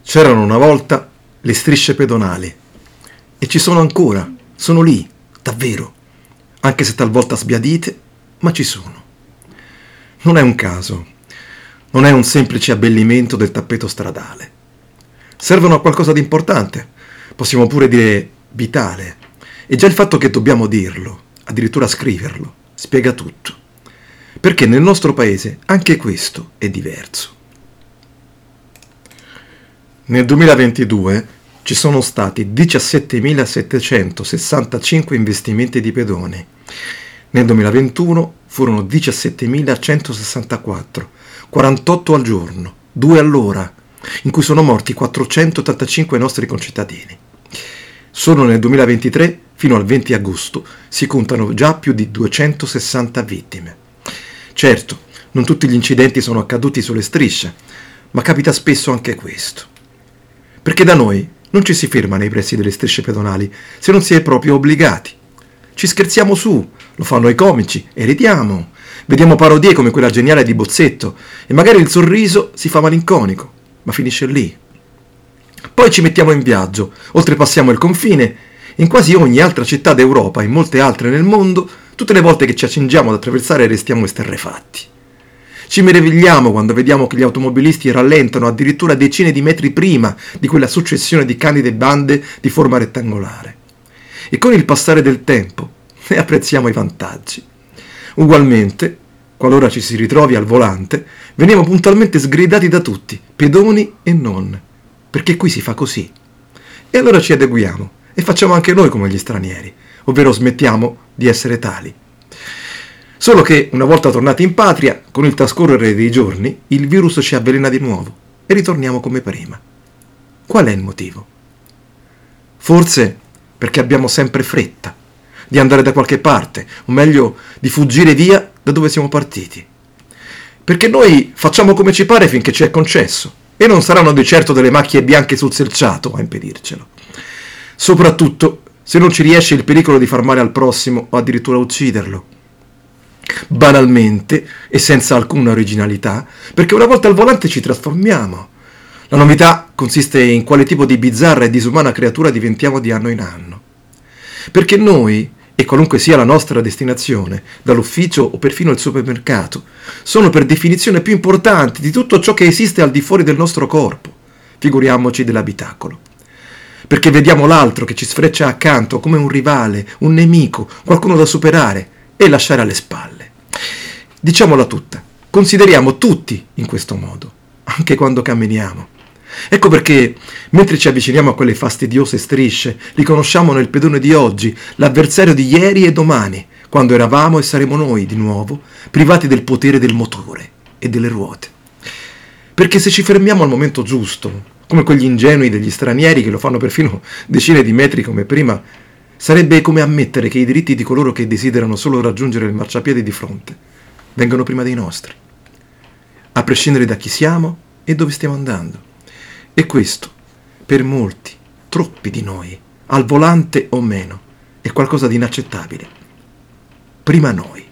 C'erano una volta le strisce pedonali e ci sono ancora, sono lì, davvero, anche se talvolta sbiadite, ma ci sono. Non è un caso, non è un semplice abbellimento del tappeto stradale. Servono a qualcosa di importante, possiamo pure dire vitale, e già il fatto che dobbiamo dirlo, addirittura scriverlo, spiega tutto. Perché nel nostro paese anche questo è diverso. Nel 2022 ci sono stati 17.765 investimenti di pedoni. Nel 2021 furono 17.164, 48 al giorno, 2 all'ora, in cui sono morti 485 nostri concittadini. Solo nel 2023, fino al 20 agosto, si contano già più di 260 vittime. Certo, non tutti gli incidenti sono accaduti sulle strisce, ma capita spesso anche questo. Perché da noi non ci si ferma nei pressi delle strisce pedonali se non si è proprio obbligati. Ci scherziamo su, lo fanno i comici e ridiamo. Vediamo parodie come quella geniale di Bozzetto e magari il sorriso si fa malinconico, ma finisce lì. Poi ci mettiamo in viaggio, oltrepassiamo il confine, in quasi ogni altra città d'Europa e in molte altre nel mondo, tutte le volte che ci accingiamo ad attraversare restiamo esterrefatti. Ci meravigliamo quando vediamo che gli automobilisti rallentano addirittura decine di metri prima di quella successione di candide bande di forma rettangolare. E con il passare del tempo ne apprezziamo i vantaggi. Ugualmente, qualora ci si ritrovi al volante, veniamo puntualmente sgridati da tutti, pedoni e non, perché qui si fa così. E allora ci adeguiamo e facciamo anche noi come gli stranieri, ovvero smettiamo di essere tali. Solo che, una volta tornati in patria, con il trascorrere dei giorni, il virus ci avvelena di nuovo e ritorniamo come prima. Qual è il motivo? Forse perché abbiamo sempre fretta di andare da qualche parte, o meglio, di fuggire via da dove siamo partiti. Perché noi facciamo come ci pare finché ci è concesso, e non saranno di certo delle macchie bianche sul selciato a impedircelo. Soprattutto se non ci riesce il pericolo di far male al prossimo o addirittura ucciderlo. Banalmente e senza alcuna originalità, perché una volta al volante ci trasformiamo. La novità consiste in quale tipo di bizzarra e disumana creatura diventiamo di anno in anno. Perché noi, e qualunque sia la nostra destinazione, dall'ufficio o perfino il supermercato, sono per definizione più importanti di tutto ciò che esiste al di fuori del nostro corpo, figuriamoci dell'abitacolo. Perché vediamo l'altro che ci sfreccia accanto come un rivale, un nemico, qualcuno da superare e lasciare alle spalle. Diciamola tutta, consideriamo tutti in questo modo, anche quando camminiamo. Ecco perché, mentre ci avviciniamo a quelle fastidiose strisce, riconosciamo nel pedone di oggi l'avversario di ieri e domani, quando eravamo e saremo noi, di nuovo, privati del potere del motore e delle ruote. Perché se ci fermiamo al momento giusto, come quegli ingenui degli stranieri che lo fanno perfino decine di metri come prima, sarebbe come ammettere che i diritti di coloro che desiderano solo raggiungere il marciapiede di fronte vengono prima dei nostri, a prescindere da chi siamo e dove stiamo andando. E questo, per molti, troppi di noi, al volante o meno, è qualcosa di inaccettabile. Prima noi.